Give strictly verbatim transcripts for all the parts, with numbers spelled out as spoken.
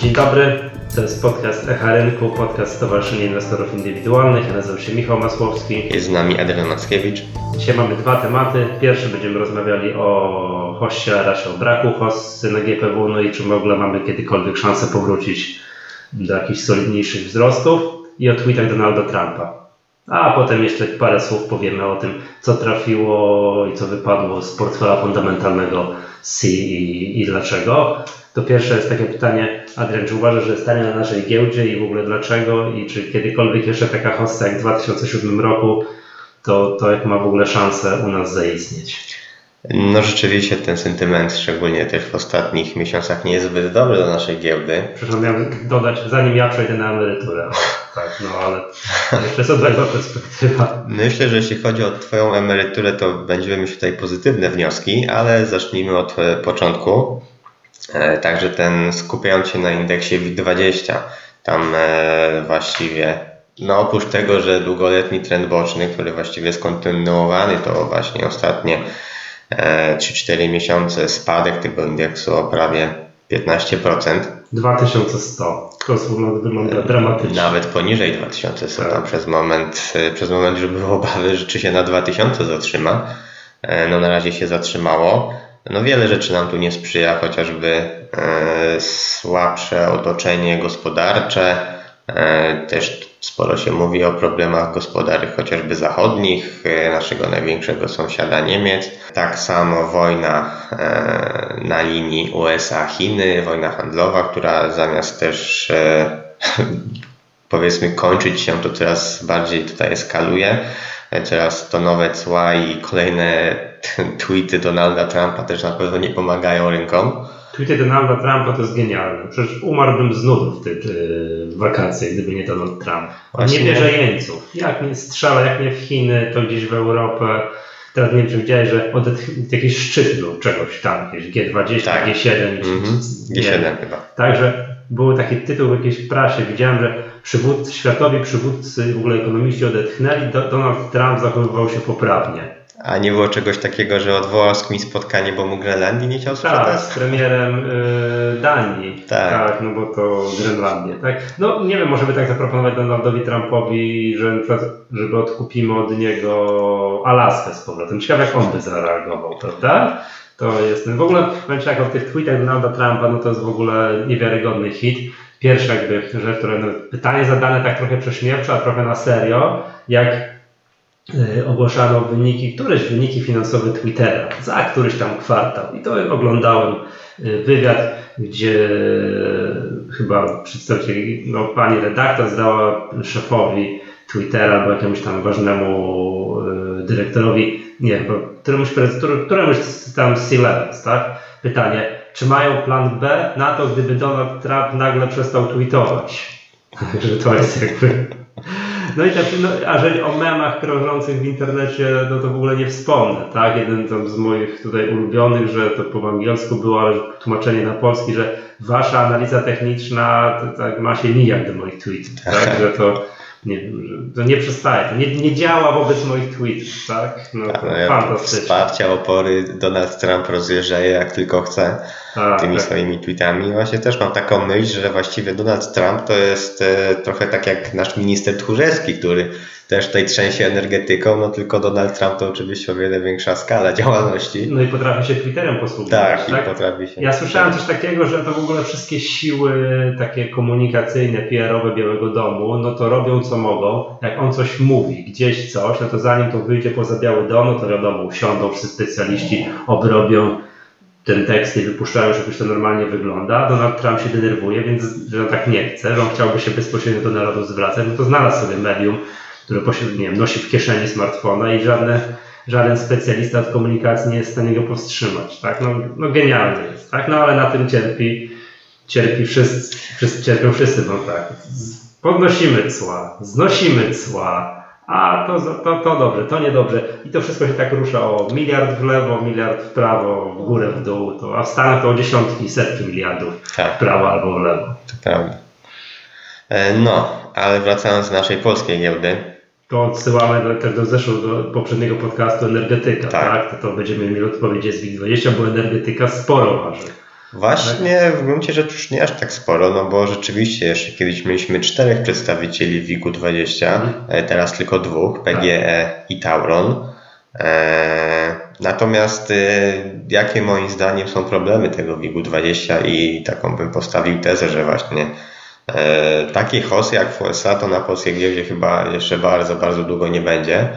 Dzień dobry, to jest podcast Echa Rynku, podcast Stowarzyszenia Inwestorów Indywidualnych. Ja nazywam się Michał Masłowski. Jest z nami Adrian Mackiewicz. Dzisiaj mamy dwa tematy. Pierwszy będziemy rozmawiali o hoście, a raczej o braku hosty na G P W, no i czy w ogóle mamy kiedykolwiek szansę powrócić do jakichś solidniejszych wzrostów, i o tweetach Donalda Trumpa. A potem jeszcze parę słów powiemy o tym, co trafiło i co wypadło z portfela fundamentalnego C i, i dlaczego. To pierwsze jest takie pytanie, Adrian, czy uważasz, że stanie na naszej giełdzie i w ogóle dlaczego? I czy kiedykolwiek jeszcze taka hossa jak w dwa tysiące siódmym roku, to, to jak ma w ogóle szansę u nas zaistnieć? No rzeczywiście ten sentyment, szczególnie też w ostatnich miesiącach, nie jest zbyt dobry do naszej giełdy. Przepraszam, miałem dodać, zanim ja przejdę na emeryturę. Tak, no ale jeszcze jest odległa perspektywa. Myślę, że jeśli chodzi o Twoją emeryturę, to będziemy mieć tutaj pozytywne wnioski, ale zacznijmy od początku. Także ten, skupiając się na indeksie W I T dwadzieścia, tam właściwie, no oprócz tego, że długoletni trend boczny, który właściwie jest kontynuowany, to właśnie ostatnie trzy cztery miesiące spadek tego indeksu o prawie piętnaście procent. dwa tysiące sto. To wygląda dramatycznie. Nawet poniżej dwa tysiące sto. Tam przez moment, przez moment już były obawy, że czy się na dwa tysiące zatrzyma. No na razie się zatrzymało. No wiele rzeczy nam tu nie sprzyja, chociażby e, słabsze otoczenie gospodarcze. E, też sporo się mówi o problemach gospodarczych, chociażby zachodnich, e, naszego największego sąsiada Niemiec. Tak samo wojna e, na linii U S A Chiny, wojna handlowa, która zamiast też e, powiedzmy kończyć się, to coraz bardziej tutaj eskaluje. Teraz to nowe cła i kolejne tweety Donalda Trumpa też na pewno nie pomagają rynkom. Tweety Donalda Trumpa to jest genialne. Przecież umarłbym z nudów w tych yy, wakacjach, gdyby nie Donald Trump. On Właśnie... nie bierze jeńców. Jak nie strzela, jak nie w Chiny, to gdzieś w Europę. Teraz nie wiem, czy widziałeś, że od jakiś szczyt był czegoś tam, jakieś G dwadzieścia, tak. G siedem. Mm-hmm. G siedem chyba. Także był taki tytuł w jakiejś prasie. Widziałem, że przywódcy, światowi przywódcy, w ogóle ekonomiści odetchnęli, Donald Trump zachowywał się poprawnie. A nie było czegoś takiego, że odwołał z kimś spotkanie, bo mu Grenlandii nie chciał sprzedać? Tak, z premierem y, Danii. Tak. tak, no bo to Grenlandia. Tak? No nie wiem, może by tak zaproponować Donaldowi Trumpowi, że żeby odkupimy od niego Alaskę z powrotem. Ciekawe, jak on by zareagował, prawda? To jest, w ogóle powiem tak, o tych tweetach Donalda Trumpa, no to jest w ogóle niewiarygodny hit. Pierwsza jakby rzecz, które, no, pytanie zadane tak trochę prześmiewczo, a trochę na serio, jak y, ogłaszano wyniki, któreś wyniki finansowe Twittera za któryś tam kwartał. I to oglądałem y, wywiad, gdzie y, chyba przedstawiciel, no, pani redaktor zdała szefowi Twittera albo jakiemuś tam ważnemu y, dyrektorowi, nie, bo któremuś, któremuś tam C-levels, tak? Pytanie, czy mają plan B na to, gdyby Donald Trump nagle przestał tweetować? Że to jest jakby... No i tak, no, a że o memach krążących w internecie, no to w ogóle nie wspomnę, tak? Jeden tam z moich tutaj ulubionych, że to po angielsku było, ale tłumaczenie na polski, że wasza analiza techniczna to, tak, ma się nijak do moich tweetów, tak? Że to nie, że to nie przestaje, to nie, nie działa wobec moich tweetów, tak? No, tak, no fantastycznie. Wsparcia, opory Donald Trump rozjeżdżaje jak tylko chce a, tymi tak. swoimi tweetami. Właśnie też mam taką myśl, że właściwie Donald Trump to jest e, trochę tak jak nasz minister Tchórzewski, który też tutaj trzęsie energetyką, no tylko Donald Trump to oczywiście o wiele większa skala działalności. No i potrafi się Twitterem posługiwać. Tak, tak? i potrafi się. Ja słyszałem coś takiego, że to w ogóle wszystkie siły takie komunikacyjne, P R-owe Białego Domu, no to robią co mogą. Jak on coś mówi, gdzieś coś, no to zanim to wyjdzie poza Biały Dom, no to wiadomo, usiądą wszyscy specjaliści, obrobią ten tekst i wypuszczają, że to normalnie wygląda. Donald Trump się denerwuje, więc że on tak nie chce, że on chciałby się bezpośrednio do narodu zwracać, no to znalazł sobie medium, które nie wiem, nosi w kieszeni smartfona i żadne, żaden specjalista od komunikacji nie jest w stanie go powstrzymać. Tak? No, no genialny jest, tak? No ale na tym cierpi, cierpi wszyscy, wszyscy, cierpią wszyscy, no tak. Podnosimy cła, znosimy cła, a to, to, to dobrze, to niedobrze. I to wszystko się tak rusza o miliard w lewo, miliard w prawo, w górę, w dół, to, a w Stanach to o dziesiątki, setki miliardów tak. w prawo albo w lewo. To prawda. No, ale wracając do naszej polskiej giełdy. To odsyłamy do, też do zeszłego, do poprzedniego podcastu energetyka, tak? tak? To, to będziemy mieli odpowiedź z W I T dwadzieścia, bo energetyka sporo waży. Właśnie w gruncie rzeczy już nie aż tak sporo, no bo rzeczywiście jeszcze kiedyś mieliśmy czterech przedstawicieli W I G-u dwadzieścia, mhm. teraz tylko dwóch, P G E i Tauron. Natomiast jakie moim zdaniem są problemy tego W I G-u dwadzieścia i taką bym postawił tezę, że właśnie takiej hosy jak w U S A to na polskiej giełdzie chyba jeszcze bardzo, bardzo długo nie będzie.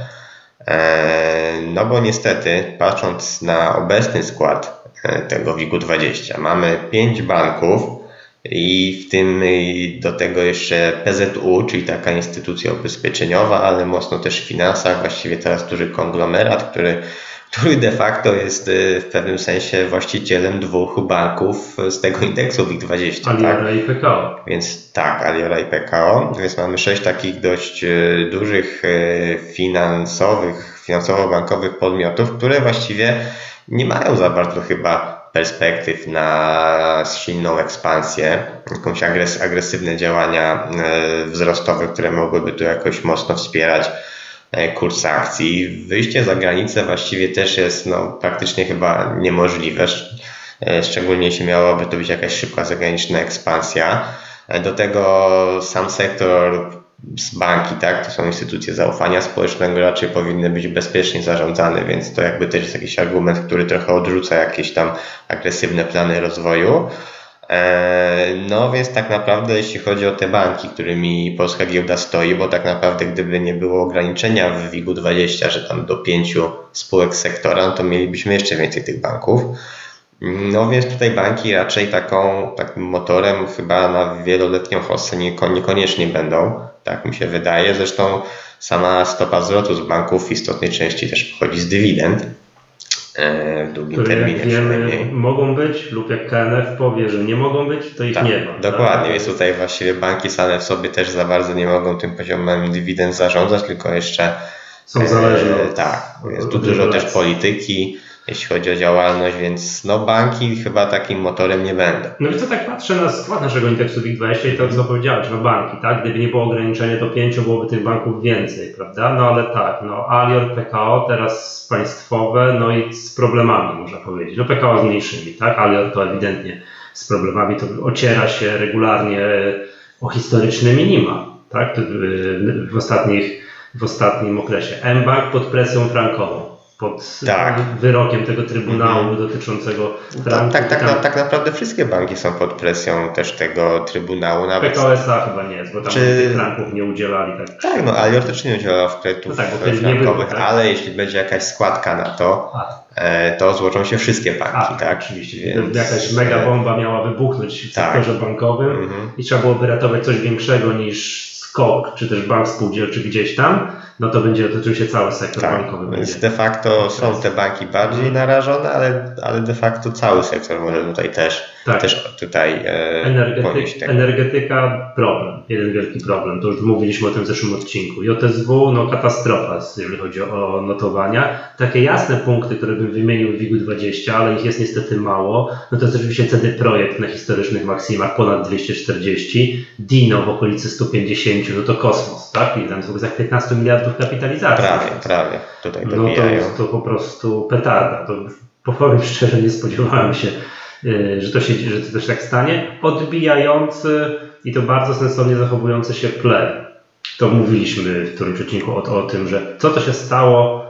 No bo niestety, patrząc na obecny skład tego W I G-u dwadzieścia, mamy pięć banków i w tym do tego jeszcze P Z U, czyli taka instytucja ubezpieczeniowa, ale mocno też w finansach, właściwie teraz duży konglomerat, który, który de facto jest w pewnym sensie właścicielem dwóch banków z tego indeksu W I G dwadzieścia. Aliora tak? i P K O. Więc tak, Aliora i P K O, więc mamy sześć takich dość dużych finansowych, finansowo-bankowych podmiotów, które właściwie nie mają za bardzo chyba perspektyw na silną ekspansję, jakąś agres- agresywne działania wzrostowe, które mogłyby tu jakoś mocno wspierać kurs akcji. Wyjście za granicę właściwie też jest no, praktycznie chyba niemożliwe, szczególnie jeśli miałaby to być jakaś szybka zagraniczna ekspansja. Do tego sam sektor z banki, tak, to są instytucje zaufania społecznego, raczej powinny być bezpiecznie zarządzane, więc to jakby też jest jakiś argument, który trochę odrzuca jakieś tam agresywne plany rozwoju. No więc tak naprawdę jeśli chodzi o te banki, którymi polska giełda stoi, bo tak naprawdę gdyby nie było ograniczenia w W I G-u dwadzieścia, że tam do pięciu spółek sektora, no to mielibyśmy jeszcze więcej tych banków. No więc tutaj banki raczej taką, takim motorem chyba na wieloletnią hossę niekoniecznie będą, tak mi się wydaje. Zresztą sama stopa zwrotu z banków w istotnej części też pochodzi z dywidend w długim które terminie jak wiemy, przynajmniej. Mogą być lub jak K N F powie, że nie mogą być, to ich tak, nie ma. Dokładnie, tak? więc tutaj właściwie banki same w sobie też za bardzo nie mogą tym poziomem dywidend zarządzać, tylko jeszcze są zależne od, e, tak, jest tu od dużo regulacji. też polityki, jeśli chodzi o działalność, więc no banki chyba takim motorem nie będą. No i co tak patrzę na skład naszego indeksu W I G dwadzieścia i to co powiedziałeś, no banki, tak? Gdyby nie było ograniczenia do pięciu, byłoby tych banków więcej, prawda? No ale tak, no Alior, P K O, teraz państwowe, no i z problemami można powiedzieć. No P K O z mniejszymi, tak? Alior to ewidentnie z problemami, to ociera się regularnie o historyczne minima, tak? W ostatnich, w ostatnim okresie. mBank pod presją frankową. Pod tak. wyrokiem tego Trybunału mm. dotyczącego franku. Tak, tak, tak, tak naprawdę wszystkie banki są pod presją też tego Trybunału. Nawet P K O S A chyba nie jest, bo tam Czy... tych franków nie udzielali. Tak, tak no Alior też nie udzielał kredytów no tak, frankowych, tak? Ale jeśli będzie jakaś składka na to, A. to złożą się wszystkie banki. A, tak? Oczywiście. Więc... Jakaś mega bomba miała wybuchnąć w tak. sektorze bankowym mm-hmm. i trzeba byłoby ratować coś większego niż SKOK, czy też bank spółdzielczy gdzieś tam, no to będzie dotyczył się cały sektor tak, bankowy. Więc de facto są te banki bardziej narażone, ale, ale de facto cały sektor może tutaj też, tak. też tutaj e, Energetyk, tego. Energetyka problem, jeden wielki problem, to już mówiliśmy o tym w zeszłym odcinku. J S W, no katastrofa, jeżeli chodzi o notowania. Takie jasne punkty, które bym wymienił w W I G-u dwadzieścia, ale ich jest niestety mało, no to jest oczywiście C D Projekt na historycznych maksimach ponad dwieście czterdzieści, Dino w okolicy sto pięćdziesiąt, no to kosmos, tak? I tam są za piętnaście miliardów kapitalizacji. Prawie, prawie. Tutaj no to, to po prostu petarda. To powiem szczerze, nie spodziewałem się, że to się, że to też tak stanie. Odbijający i to bardzo sensownie zachowujący się Play. To mówiliśmy w którymś odcinku o, o tym, że co to się stało,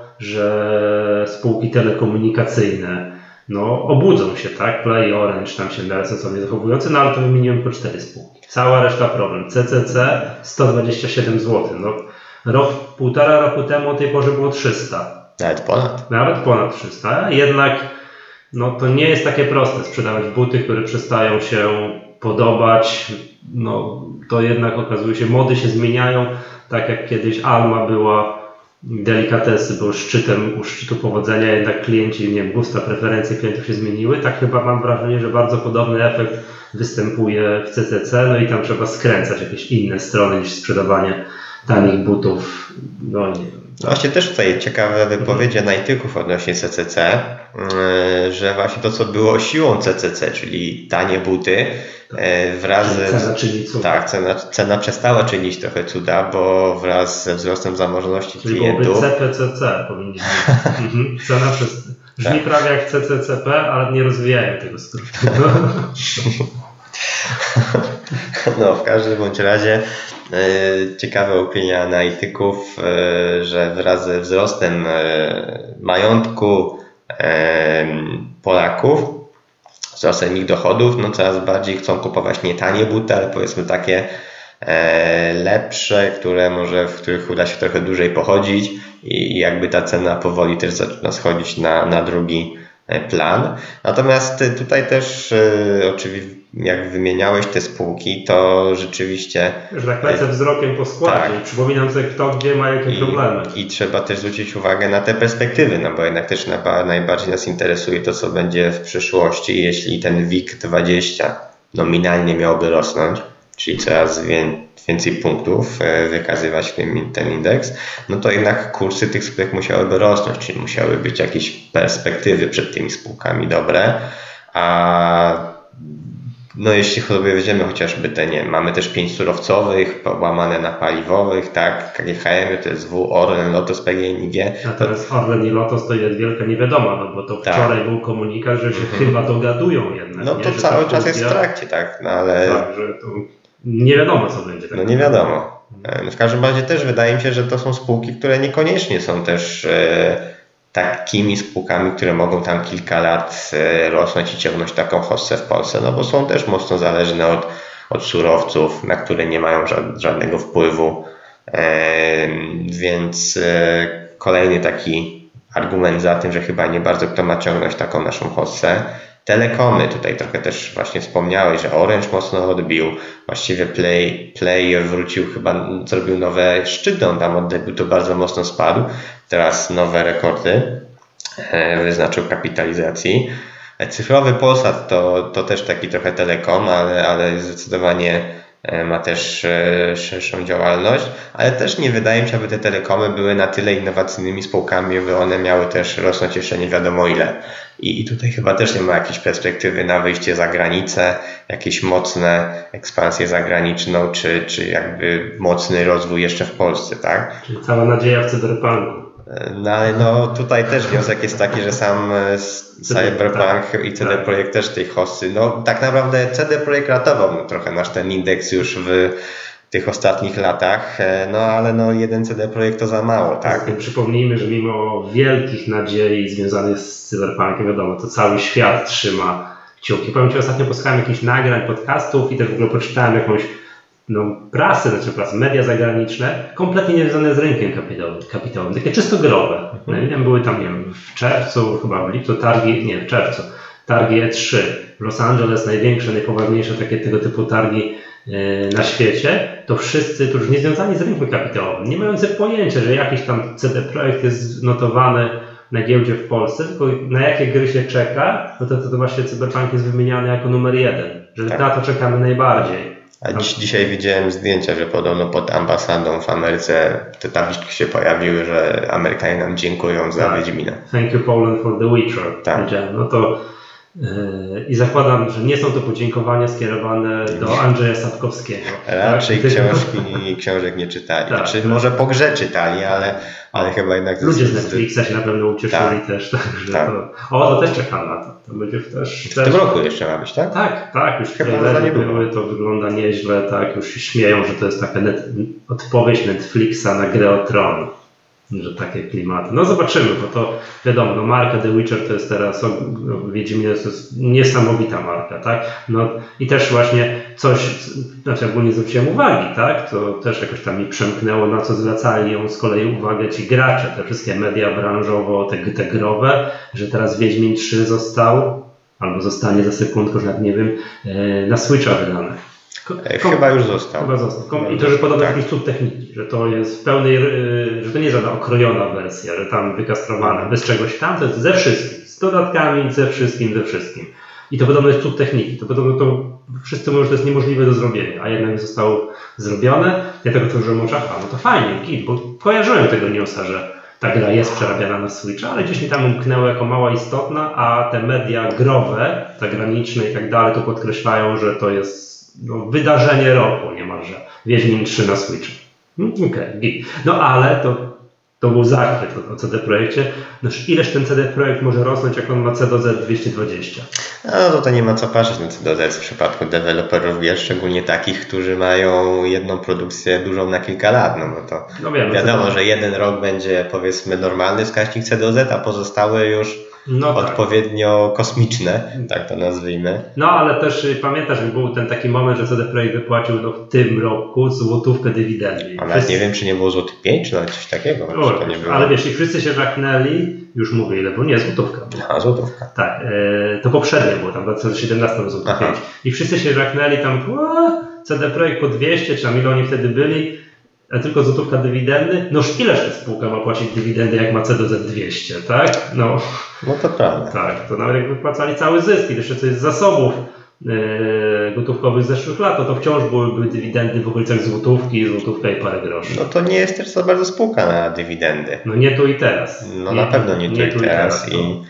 że spółki telekomunikacyjne no, obudzą się, tak? Play i Orange tam się miarę sensownie zachowujące, no ale to wymieniłem po cztery spółki. Cała reszta problem. C C C sto dwadzieścia siedem złotych. No, rok, półtora roku temu o tej porze było trzysta. Nawet ponad. Nawet ponad trzysta. Jednak no, to nie jest takie proste sprzedawać buty, które przestają się podobać. No, to jednak okazuje się, mody się zmieniają. Tak jak kiedyś Alma była, delikatesy były szczytem, u szczytu powodzenia, jednak klienci, nie wiem, gusta, preferencje klientów się zmieniły. Tak chyba mam wrażenie, że bardzo podobny efekt występuje w C C C, no i tam trzeba skręcać jakieś inne strony niż sprzedawanie tanich butów, no nie wiem. No właśnie też tutaj ciekawe wypowiedzi analityków odnośnie C C C, że właśnie to, co było siłą C C C, czyli tanie buty, wraz z... Cena czyni cuda. Tak, cena, cena przestała czynić trochę cuda, bo wraz ze wzrostem zamożności czyli klientów... byłoby C P C C powinniśmy. mhm. Cena przez... Brzmi tak. Prawie jak C C C P, ale nie rozwijają tego skrótu. No, w każdym bądź razie e, ciekawa opinia analityków, e, że wraz ze wzrostem e, majątku e, Polaków, wzrostem ich dochodów, no coraz bardziej chcą kupować nie tanie buty, ale powiedzmy takie e, lepsze, które może, w których uda się trochę dłużej pochodzić i jakby ta cena powoli też zaczyna schodzić na, na drugi plan. Natomiast tutaj też e, oczywiście jak wymieniałeś te spółki, to rzeczywiście... Że tak lecę wzrokiem po składzie tak. i przypominam sobie, kto gdzie ma jakie I, problemy. I trzeba też zwrócić uwagę na te perspektywy, no bo jednak też najbardziej nas interesuje to, co będzie w przyszłości. Jeśli ten W I K dwadzieścia nominalnie miałby rosnąć, czyli coraz więcej punktów wykazywać ten, ten indeks, no to jednak kursy tych spółek musiałyby rosnąć, czyli musiały być jakieś perspektywy przed tymi spółkami dobre, a no jeśli sobie weźmiemy chociażby te, nie mamy też pięć surowcowych, łamane na paliwowych, tak, K G H M, T S W, Orlen, Lotos, P G N I G. Natomiast to... Orlen i Lotos to jest wielka niewiadoma, no bo to tak. Wczoraj był komunikat, że się mhm. chyba dogadują jednak. No to nie? cały czas jest w trakcie, tak, no ale... Tak, że to nie wiadomo co będzie. Tak no nie wiadomo. W każdym razie też wydaje mi się, że to są spółki, które niekoniecznie są też e, takimi spółkami, które mogą tam kilka lat e, rosnąć i ciągnąć taką hossę w Polsce, no bo są też mocno zależne od, od surowców, na które nie mają ża- żadnego wpływu, e, więc e, kolejny taki argument za tym, że chyba nie bardzo kto ma ciągnąć taką naszą hossę. Telekomy, tutaj trochę też właśnie wspomniałeś, że Orange mocno odbił, właściwie Play, Play wrócił, chyba zrobił nowe szczyty, on tam od debiutu bardzo mocno spadł, teraz nowe rekordy wyznaczył kapitalizacji. Cyfrowy Polsat to, to też taki trochę telekom, ale, ale zdecydowanie ma też szerszą działalność, ale też nie wydaje mi się, aby te telekomy były na tyle innowacyjnymi spółkami, by one miały też rosnąć jeszcze nie wiadomo ile. I, i tutaj chyba też nie ma jakiejś perspektywy na wyjście za granicę, jakieś mocne ekspansję zagraniczną, czy, czy jakby mocny rozwój jeszcze w Polsce, tak? Czyli cała nadzieja w cyberpunku. No ale no tutaj też wniosek jest taki, że sam Cyberpunk i C D Projekt też tej hossy, no tak naprawdę C D Projekt ratował trochę nasz ten indeks już w tych ostatnich latach, no ale no jeden C D Projekt to za mało, tak? Przypomnijmy, że mimo wielkich nadziei związanych z Cyberpunkiem, wiadomo, to cały świat trzyma kciuki. Powiem Ci, ostatnio posłuchałem jakichś nagrań, podcastów i też w ogóle poczytałem jakąś no, prasy, znaczy prasy, media zagraniczne, kompletnie niezwiązane z rynkiem kapitałowym, kapitałowym takie czysto growe. No, nie wiem, były tam, nie wiem, w czerwcu, chyba w lipcu targi, nie, w czerwcu, targi E trzy w Los Angeles, największe, najpoważniejsze takie tego typu targi yy, na świecie, to wszyscy, którzy nie związani z rynkiem kapitałowym, nie mający pojęcia, że jakiś tam C D Projekt jest notowany na giełdzie w Polsce, tylko na jakie gry się czeka, no to, to, to właśnie Cyberpunk jest wymieniany jako numer jeden, że tak. Na to czekamy najbardziej. A dziś, dzisiaj widziałem zdjęcia, że podobno pod ambasadą w Ameryce te tabliczki się pojawiły, że Amerykanie nam dziękują za tak. Wiedźmina. Thank you Poland for the Witcher. Tak. No to yy, i zakładam, że nie są to podziękowania skierowane do Andrzeja Sapkowskiego. Raczej tak? książki, książek nie czytali. Tak, znaczy, tak. może po grze czytali, ale, ale o, chyba jednak... Ludzie z Netflixa się na pewno ucieszyli tak. też. Także tak. to, o, to też czekam na to. To będzie też, w też... tym roku jeszcze ma być, tak? Tak, tak. Już chyba nie były, to wygląda nieźle. Tak, już się śmieją, że to jest taka net, odpowiedź Netflixa na grę o Tron. Że takie klimaty. No zobaczymy, bo to wiadomo, no marka The Witcher to jest teraz, no, Wiedźmin to jest niesamowita marka, tak? No i też właśnie coś, znaczy ogólnie zwróciłem uwagi, tak? To też jakoś tam mi przemknęło, na co zwracali ją z kolei uwagę ci gracze, te wszystkie media branżowo, te, te growe, że teraz Wiedźmin trzy został, albo zostanie za sekundkę, że nawet nie wiem, na Switcha wydane. Kom, chyba już został. Chyba został. Kom, I to, że podobno tak. jakiś cud techniki, że to jest w pełnej, że to nie jest żadna okrojona wersja, że tam wykastrowana, bez czegoś tam, to jest ze wszystkim, z dodatkami, ze wszystkim, ze wszystkim. I to podobno jest cud techniki. To podobno to wszyscy mówią, że to jest niemożliwe do zrobienia, a jednak zostało zrobione. Ja tego otworzyłem oczach, a no to fajnie, git, bo kojarzyłem tego newsa, że ta gra jest przerabiana na Switcha, ale gdzieś mi tam umknęło jako mała istotna, a te media growe, zagraniczne i tak dalej, to podkreślają, że to jest no, wydarzenie roku niemalże. Wiedźmin trzy na Switchu. Okej, okay, git. No ale to To był zachwyt o C D Projekcie. No ileż ten C D Projekt może rosnąć, jak on ma C D Z dwieście dwadzieścia? No to, to nie ma co patrzeć na C D Z w przypadku deweloperów, wiesz, szczególnie takich, którzy mają jedną produkcję dużą na kilka lat. No bo to no wiem, wiadomo, że jeden rok będzie powiedzmy normalny wskaźnik C D Z, a pozostałe już no tak. odpowiednio kosmiczne, tak to nazwijmy. No ale też pamiętasz, że był ten taki moment, że C D Projekt wypłacił no, w tym roku złotówkę dywidendy. A nawet nie wiem, czy nie było złoty pięć, czy nawet coś takiego. No, to nie było. Ale wiesz, i wszyscy się żachnęli, już mówię ile, bo nie, złotówka. A, złotówka. Tak, e, to poprzednie było, tam w dwa tysiące siedemnastym złoty pięć. I wszyscy się żachnęli tam, C D Projekt po dwieście, czy tam ile oni wtedy byli, a tylko złotówka dywidendy. Noż ileż ta spółka ma płacić dywidendy, jak ma C D Z dwieście, tak? No, no to prawda. Tak, to nawet jak wypłacali cały zysk i jeszcze coś z zasobów yy, gotówkowych z zeszłych lat, to, to wciąż byłyby dywidendy w okolicach złotówki, złotówka i parę groszy. No to nie jest też za bardzo spółka na dywidendy. No nie tu i teraz. No nie, na pewno nie tu, nie i, tu teraz. i teraz. I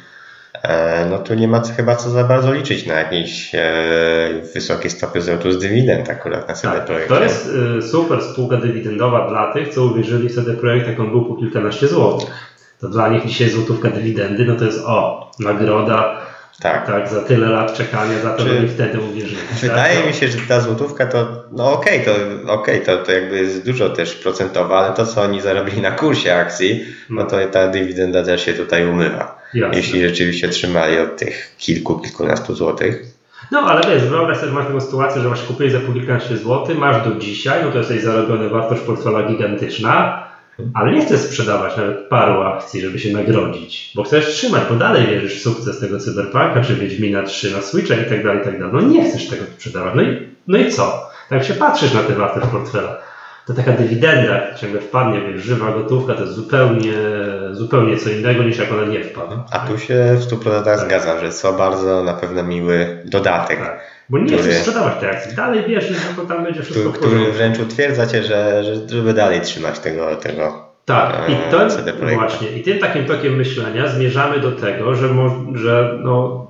e, no tu nie ma chyba co za bardzo liczyć na jakieś e, wysokie stopy zwrotu z dywidend akurat na C D tak, Projekcie. To jest y, super spółka dywidendowa dla tych, co uwierzyli w C D Projekt, jak on był po kilkanaście złotych. To dla nich dzisiaj złotówka dywidendy, no to jest o, nagroda tak. Tak, za tyle lat czekania, za to, że oni wtedy uwierzyli. Wydaje tak? mi się, że ta złotówka to, no okej, okay, to, okay, to, to jakby jest dużo też procentowa, ale to, co oni zarobili na kursie akcji, no to ta dywidenda też się tutaj umywa. Jasne. Jeśli rzeczywiście trzymali od tych kilku, kilkunastu złotych. No ale wiesz, wyobraź sobie, że masz taką sytuację, że masz kupiłeś za po kilkanaście złotych, masz do dzisiaj, no to jest zarobiona wartość portfela gigantyczna, ale nie chcesz sprzedawać nawet paru akcji, żeby się nagrodzić, bo chcesz trzymać, bo dalej wierzysz w sukces tego Cyberpunka, czy Wiedźmina trzy na Switcha i tak dalej, i tak dalej. No nie chcesz tego sprzedawać. No i, no i co? Tak jak się patrzysz na tę wartość portfela, to taka dywidenda ciągle wpadnie, wiesz, żywa gotówka, to jest zupełnie, zupełnie co innego niż jak ona nie wpada. A tu się w stu procentach tak. zgadzam, że co bardzo na pewno miły dodatek. Tak. Bo nie który, chcesz sprzedawać tej akcji. Dalej wierzysz, że to tam będzie wszystko który, który wręcz utwierdza cię, że, że żeby dalej trzymać tego, tego tak, e, i to C D Projektu. Właśnie. I tym takim tokiem myślenia zmierzamy do tego, że, mo, że, no,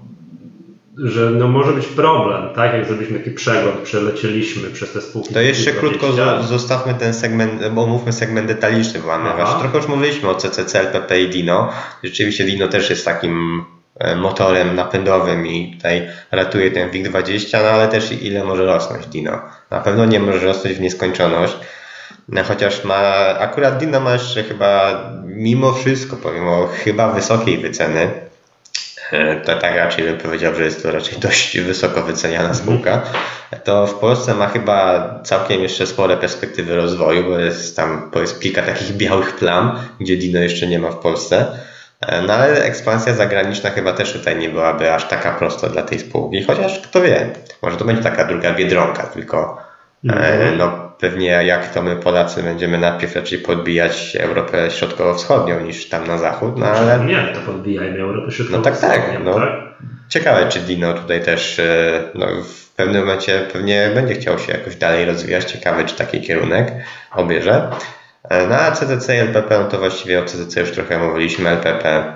że no może być problem, tak? Jak zrobiliśmy taki przegląd, przelecieliśmy przez te spółki. To jeszcze krótko zostawmy ten segment, bo mówmy segment detaliczny, bo mamy właśnie trochę już mówiliśmy o C C C, L P P i Dino. Rzeczywiście Dino też jest takim motorem napędowym i tutaj ratuje ten WIG dwadzieścia, no ale też ile może rosnąć Dino. Na pewno nie może rosnąć w nieskończoność, no, chociaż ma, akurat Dino ma jeszcze chyba mimo wszystko, pomimo chyba wysokiej wyceny, to tak raczej bym powiedział, że jest to raczej dość wysoko wyceniana spółka, to w Polsce ma chyba całkiem jeszcze spore perspektywy rozwoju, bo jest tam jest kilka takich białych plam, gdzie Dino jeszcze nie ma w Polsce. No ale ekspansja zagraniczna chyba też tutaj nie byłaby aż taka prosta dla tej spółki, chociaż kto wie, może to będzie taka druga Biedronka, tylko mm. no pewnie jak to my Polacy będziemy najpierw raczej podbijać Europę Środkowo-Wschodnią niż tam na zachód, no ale... Nie, to podbijajmy Europę Środkowo-Wschodnią. No tak, tak, no. Tak? Ciekawe, czy Dino tutaj też no, w pewnym momencie pewnie będzie chciał się jakoś dalej rozwijać, ciekawe, czy taki kierunek obierze. No a C C C i L P P, no to właściwie o C C C już trochę mówiliśmy, L P P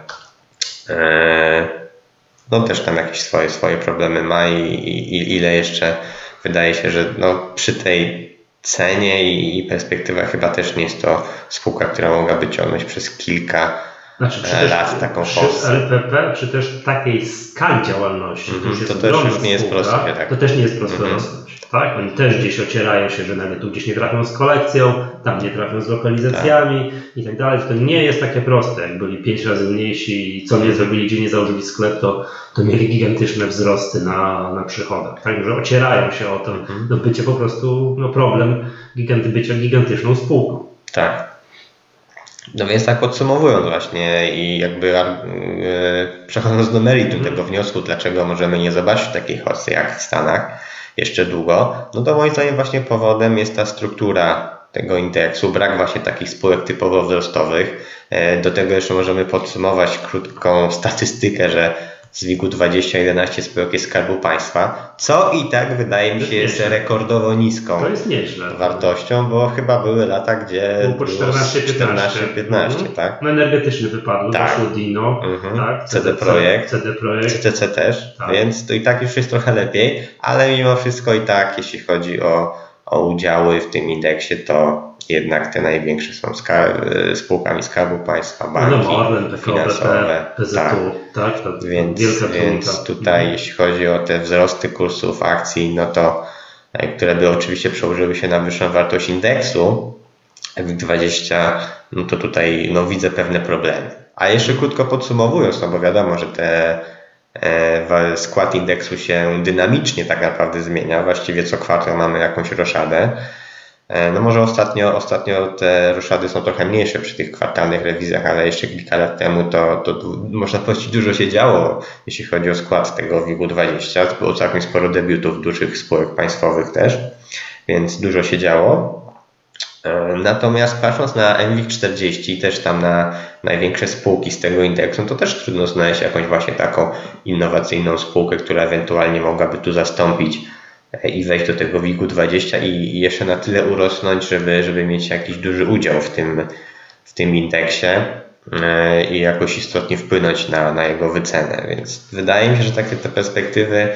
no też tam jakieś swoje, swoje problemy ma i, i ile jeszcze wydaje się, że no przy tej cenie i perspektywach chyba też nie jest to spółka, która mogłaby ciągnąć przez kilka znaczy, lat też, taką przy Polsce. L P P, przy też takiej skali działalności, mm-hmm, to, już jest to też już nie jest proste. Tak. To też nie jest prosto mm-hmm. rosnąć. Tak? Oni też gdzieś ocierają się, że nawet tu gdzieś nie trafią z kolekcją, tam nie trafią z lokalizacjami tak. i tak dalej. To nie jest takie proste. Jak byli pięć razy mniejsi i co nie zrobili, gdzie nie założyli sklep, to, to mieli gigantyczne wzrosty na, na przychodach. Także ocierają się o to. Mm-hmm. No bycie po prostu no problem giganty, bycia gigantyczną spółką. Tak. No więc tak podsumowując właśnie i jakby yy, przechodząc do meritum mm. tego wniosku, dlaczego możemy nie zobaczyć takiej hossy jak w Stanach jeszcze długo, no to moim zdaniem właśnie powodem jest ta struktura tego indeksu, brak właśnie takich spółek typowo wzrostowych. Do tego jeszcze możemy podsumować krótką statystykę, że z W I G-u dwadzieścia, jedenaście spółek jest Skarbu Państwa, co i tak wydaje mi się jest rekordowo niską to jest nieźle. wartością, bo chyba były lata, gdzie było po czternaście piętnaście, mhm. tak? No energetyczny wypadł, tak. Doszło Dino, mhm. tak? C D Projekt, C D Projekt, C T C też, tak. Więc to i tak już jest trochę lepiej, ale mimo wszystko i tak, jeśli chodzi o, o udziały w tym indeksie, to jednak te największe są skar- spółkami Skarbu Państwa, banki no, Orlen, finansowe. P Z U, tak? tak? To więc wielka więc tutaj mhm. jeśli chodzi o te wzrosty kursów akcji, no to które by oczywiście przełożyły się na wyższą wartość indeksu W I G dwadzieścia, no to tutaj no, widzę pewne problemy. A jeszcze krótko podsumowując, no bo wiadomo, że te e, skład indeksu się dynamicznie tak naprawdę zmienia. Właściwie co kwartał mamy jakąś roszadę. E, no może ostatnio, ostatnio te roszady są trochę mniejsze przy tych kwartalnych rewizjach, ale jeszcze kilka lat temu to, to, to można powiedzieć dużo się działo, jeśli chodzi o skład tego W I G-u dwadzieścia. Było całkiem sporo debiutów dużych spółek państwowych też, więc dużo się działo. Natomiast patrząc na M W I G czterdzieści, też tam na największe spółki z tego indeksu, to też trudno znaleźć jakąś właśnie taką innowacyjną spółkę, która ewentualnie mogłaby tu zastąpić i wejść do tego W I G-u dwadzieścia i jeszcze na tyle urosnąć, żeby, żeby mieć jakiś duży udział w tym, w tym indeksie i jakoś istotnie wpłynąć na, na jego wycenę. Więc wydaje mi się, że takie te perspektywy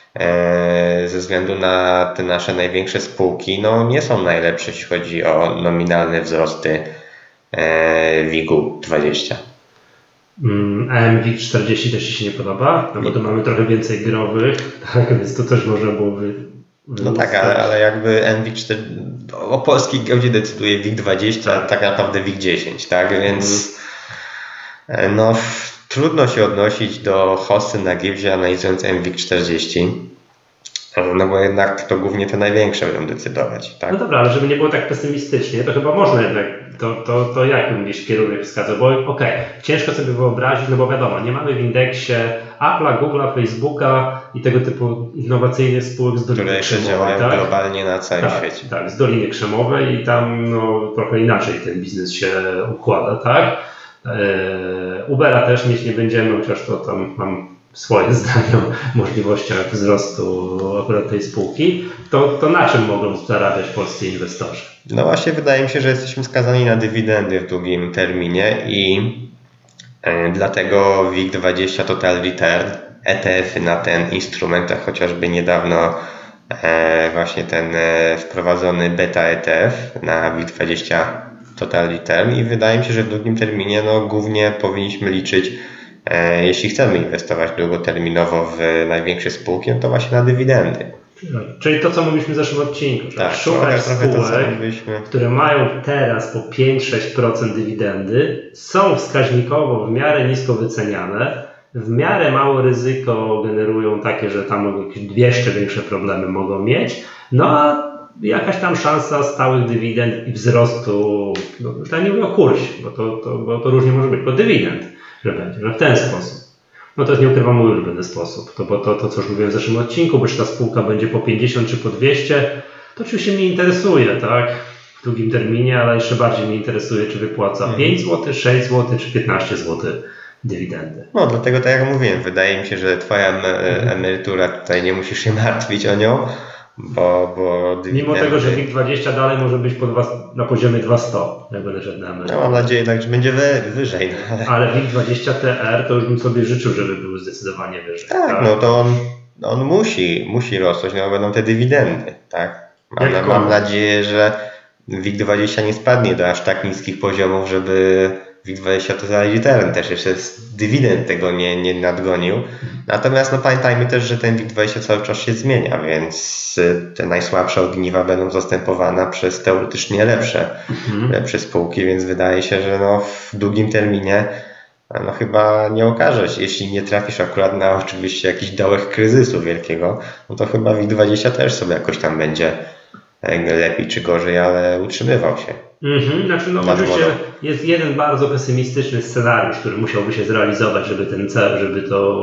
ze względu na te nasze największe spółki no nie są najlepsze, jeśli chodzi o nominalne wzrosty W I G-u dwadzieścia. A M W I G czterdzieści też Ci się nie podoba? No bo tu mamy trochę więcej growych, tak, więc to też można byłoby... No tak, ale, ale jakby M W I G czterdzieści, o polskiej giełdzie decyduje W I G dwadzieścia, tak, tak naprawdę W I G dziesięć, tak, więc no trudno się odnosić do hossy na giełdzie analizując M W I G czterdzieści, no bo jednak to głównie te największe będą decydować. Tak? No dobra, ale żeby nie było tak pesymistycznie, to chyba można jednak, to, to, to jak bym gdzieś kierunek wskazał, bo okej, okay, ciężko sobie wyobrazić, no bo wiadomo, nie mamy w indeksie Apple'a, Google'a, Facebooka i tego typu innowacyjnych spółek z Doliny Które jeszcze Krzemowej. działają tak? globalnie na całym tak, świecie. Tak, z Doliny Krzemowej i tam no, trochę inaczej ten biznes się układa, tak? Ubera też mieć nie będziemy, chociaż to tam mam swoje zdanie o możliwościach wzrostu akurat tej spółki, to, to na czym mogą zarabiać polscy inwestorzy? No właśnie wydaje mi się, że jesteśmy skazani na dywidendy w długim terminie i e, dlatego W I G dwadzieścia Total Return, E T F-y na ten instrument, a chociażby niedawno e, właśnie ten e, wprowadzony beta E T F na W I G dwadzieścia Total Return i wydaje mi się, że w długim terminie no, głównie powinniśmy liczyć, e, jeśli chcemy inwestować długoterminowo w największe spółki, no to właśnie na dywidendy. Czyli to, co mówiliśmy w zeszłym odcinku, że tak, szukać trochę, spółek, trochę które mają teraz po pięć do sześciu procent dywidendy, są wskaźnikowo w miarę nisko wyceniane, w miarę mało ryzyko generują takie, że tam jakieś jeszcze większe problemy mogą mieć, no a jakaś tam szansa stałych dywidend i wzrostu, no, ja nie mówię o kursie, bo to, to, bo to różnie może być, bo dywidend, że będzie, że w ten sposób. No to jest, nie ukrywam, mój ulubiony sposób, to, bo to, to co już mówiłem w zeszłym odcinku, bo czy ta spółka będzie po pięćdziesiąt czy po dwieście, to oczywiście mnie interesuje, tak, w długim terminie, ale jeszcze bardziej mnie interesuje, czy wypłaca hmm. pięć złotych, sześć złotych czy piętnaście złotych dywidendy. No dlatego tak jak mówiłem, wydaje mi się, że Twoja emerytura tutaj nie musisz się martwić o nią, bo, bo dywidendy... Mimo tego, że W I G dwadzieścia dalej może być po dwa, na poziomie dwa sto, jak będę szedł na emeryturę. No mam nadzieję jednak, że będzie wy, wyżej. No, ale ale W I G dwadzieścia T R to już bym sobie życzył, żeby był zdecydowanie wyżej. Tak, tak? no to on, on musi, musi rosnąć, no będą te dywidendy, tak? Mam, na, mam nadzieję, że W I G dwadzieścia nie spadnie do aż tak niskich poziomów, żeby W I G dwadzieścia to zaledwie teren też jeszcze z dywidend tego nie, nie nadgonił. Natomiast no pamiętajmy też, że ten W I G dwadzieścia cały czas się zmienia, więc te najsłabsze ogniwa będą zastępowane przez teoretycznie lepsze, mhm. lepsze spółki, więc wydaje się, że no w długim terminie no chyba nie okaże się, jeśli nie trafisz akurat na oczywiście jakiś dołek kryzysu wielkiego, no to chyba W I G dwadzieścia też sobie jakoś tam będzie lepiej czy gorzej, ale utrzymywał się. Mhm, znaczy no oczywiście jest jeden bardzo pesymistyczny scenariusz, który musiałby się zrealizować, żeby ten cel, żeby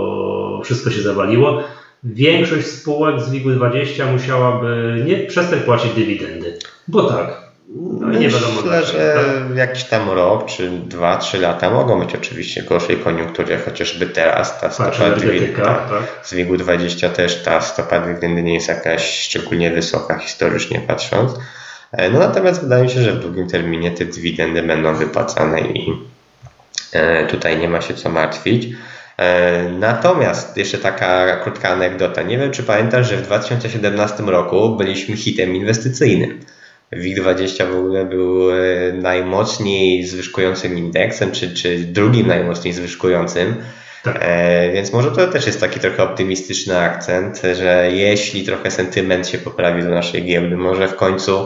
to wszystko się zawaliło. Większość spółek z W I G dwadzieścia musiałaby nie przestać płacić dywidendy, bo tak, No i nie wiadomo. Myślę, że jakiś tam rok, czy dwa, trzy lata mogą być oczywiście gorszej koniunktury, chociażby teraz ta stopa dywidenda tak. z WIG-u dwadzieścia też ta stopa dywidendy nie jest jakaś szczególnie wysoka historycznie patrząc. No natomiast wydaje mi się, że w długim terminie te dywidendy będą wypłacane i tutaj nie ma się co martwić. Natomiast jeszcze taka krótka anegdota. Nie wiem, czy pamiętasz, że w dwa tysiące siedemnastym roku byliśmy hitem inwestycyjnym. WIG dwadzieścia w ogóle był najmocniej zwyżkującym indeksem, czy, czy drugim najmocniej zwyżkującym. Tak. E, więc może to też jest taki trochę optymistyczny akcent, że jeśli trochę sentyment się poprawi do naszej giełdy, może w końcu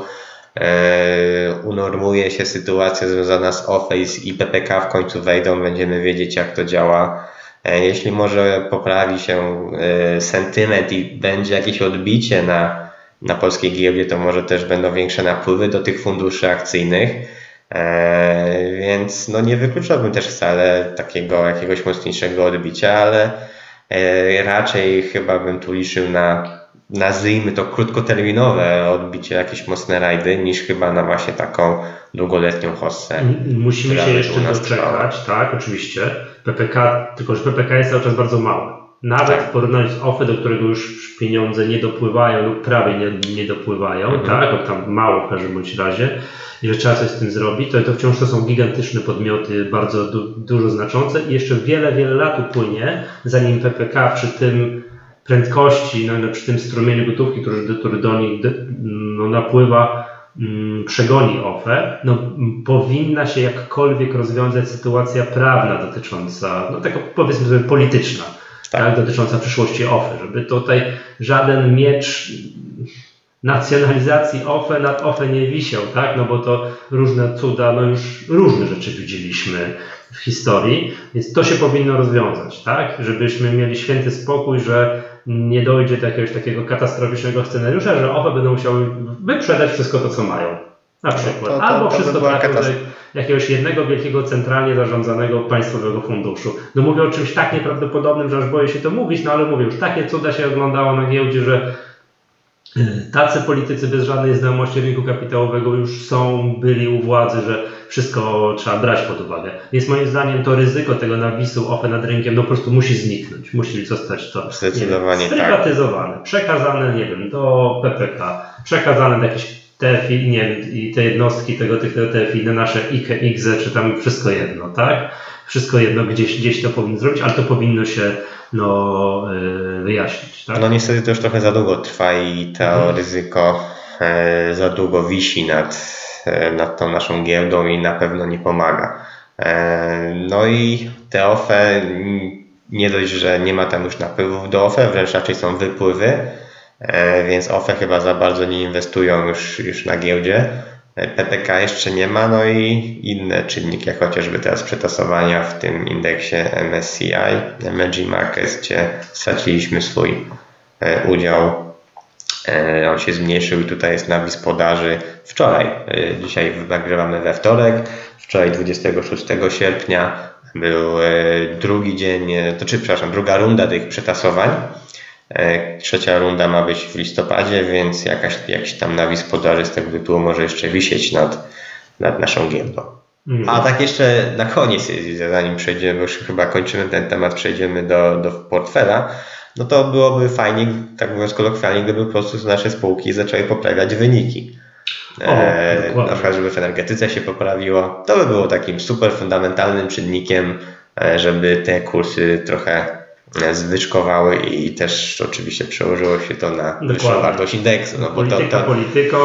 e, unormuje się sytuacja związana z O F E i P P K w końcu wejdą, będziemy wiedzieć jak to działa. E, jeśli może poprawi się e, sentyment i będzie jakieś odbicie na na polskiej giełdzie, to może też będą większe napływy do tych funduszy akcyjnych, eee, więc no nie wykluczałbym też wcale takiego jakiegoś mocniejszego odbicia, ale e, raczej chyba bym tu liczył na, nazwijmy to krótkoterminowe odbicie, jakieś mocne rajdy, niż chyba na właśnie taką długoletnią hossę. Musimy się jeszcze doczekać, tak, oczywiście. P P K, tylko że P P K jest cały czas bardzo mały. Nawet tak. w porównaniu z O F E, do którego już pieniądze nie dopływają lub prawie nie, nie dopływają, mhm. tak, bo tam mało w każdym bądź razie, i że trzeba coś z tym zrobić, to, to wciąż to są gigantyczne podmioty, bardzo du, dużo znaczące i jeszcze wiele, wiele lat upłynie, zanim P P K przy tym prędkości, no, przy tym strumieniu gotówki, który, który do nich no, napływa, mm, przegoni O F E, no, powinna się jakkolwiek rozwiązać sytuacja prawna dotycząca, no taka powiedzmy sobie polityczna. Tak. Tak, dotycząca przyszłości O F E, żeby tutaj żaden miecz nacjonalizacji O F E nad O F E nie wisiał, tak, no bo to różne cuda, no już różne rzeczy widzieliśmy w historii, więc to się powinno rozwiązać, tak, żebyśmy mieli święty spokój, że nie dojdzie do jakiegoś takiego katastroficznego scenariusza, że O F E będą musiały wyprzedać wszystko to, co mają. Na przykład. To, to, Albo to wszystko trafi do jakiegoś jednego wielkiego, centralnie zarządzanego państwowego funduszu. No mówię o czymś tak nieprawdopodobnym, że aż boję się to mówić, no ale mówię, już takie cuda się oglądało na giełdzie, że tacy politycy bez żadnej znajomości rynku kapitałowego już są, byli u władzy, że wszystko trzeba brać pod uwagę. Więc moim zdaniem to ryzyko tego nawisu O F E nad rynkiem no po prostu musi zniknąć. Musi zostać to zdecydowanie nie wiem, sprywatyzowane, tak. przekazane, nie wiem, do P P K, przekazane do jakichś T F I, nie wiem, i te jednostki tego, tych T F I, na nasze I K E, I K Z E, czy tam wszystko jedno, tak? Wszystko jedno, gdzieś, gdzieś to powinno zrobić, ale to powinno się no, yy, wyjaśnić, tak? No niestety to już trochę za długo trwa i to mhm. ryzyko e, za długo wisi nad, e, nad tą naszą giełdą i na pewno nie pomaga. E, no i te O F E, nie dość, że nie ma tam już napływów do O F E, wręcz raczej są wypływy, więc O F E chyba za bardzo nie inwestują już, już na giełdzie. P P K jeszcze nie ma, no i inne czynniki, jak chociażby teraz przetasowania w tym indeksie M S C I, Emerging Markets, gdzie straciliśmy swój udział. On się zmniejszył i tutaj jest nawis podaży wczoraj. Dzisiaj nagrywamy we wtorek, wczoraj dwudziestego szóstego sierpnia był drugi dzień, to czy przepraszam, druga runda tych przetasowań. Trzecia runda ma być w listopadzie, więc jakaś, jakiś tam nawis podaży z tego tytułu może jeszcze wisieć nad, nad naszą giełdą. Mm. A tak jeszcze na koniec, zanim przejdziemy, bo już chyba kończymy ten temat, przejdziemy do, do portfela, no to byłoby fajnie, tak mówiąc kolokwialnie, gdyby po prostu nasze spółki zaczęły poprawiać wyniki. O, e, na przykład, żeby w energetyce się poprawiło. To by było takim super fundamentalnym czynnikiem, żeby te kursy trochę zwyczkowały i też oczywiście przełożyło się to na Dokładnie. wyższą wartość indeksu. No, bo Polityka to, to... polityką,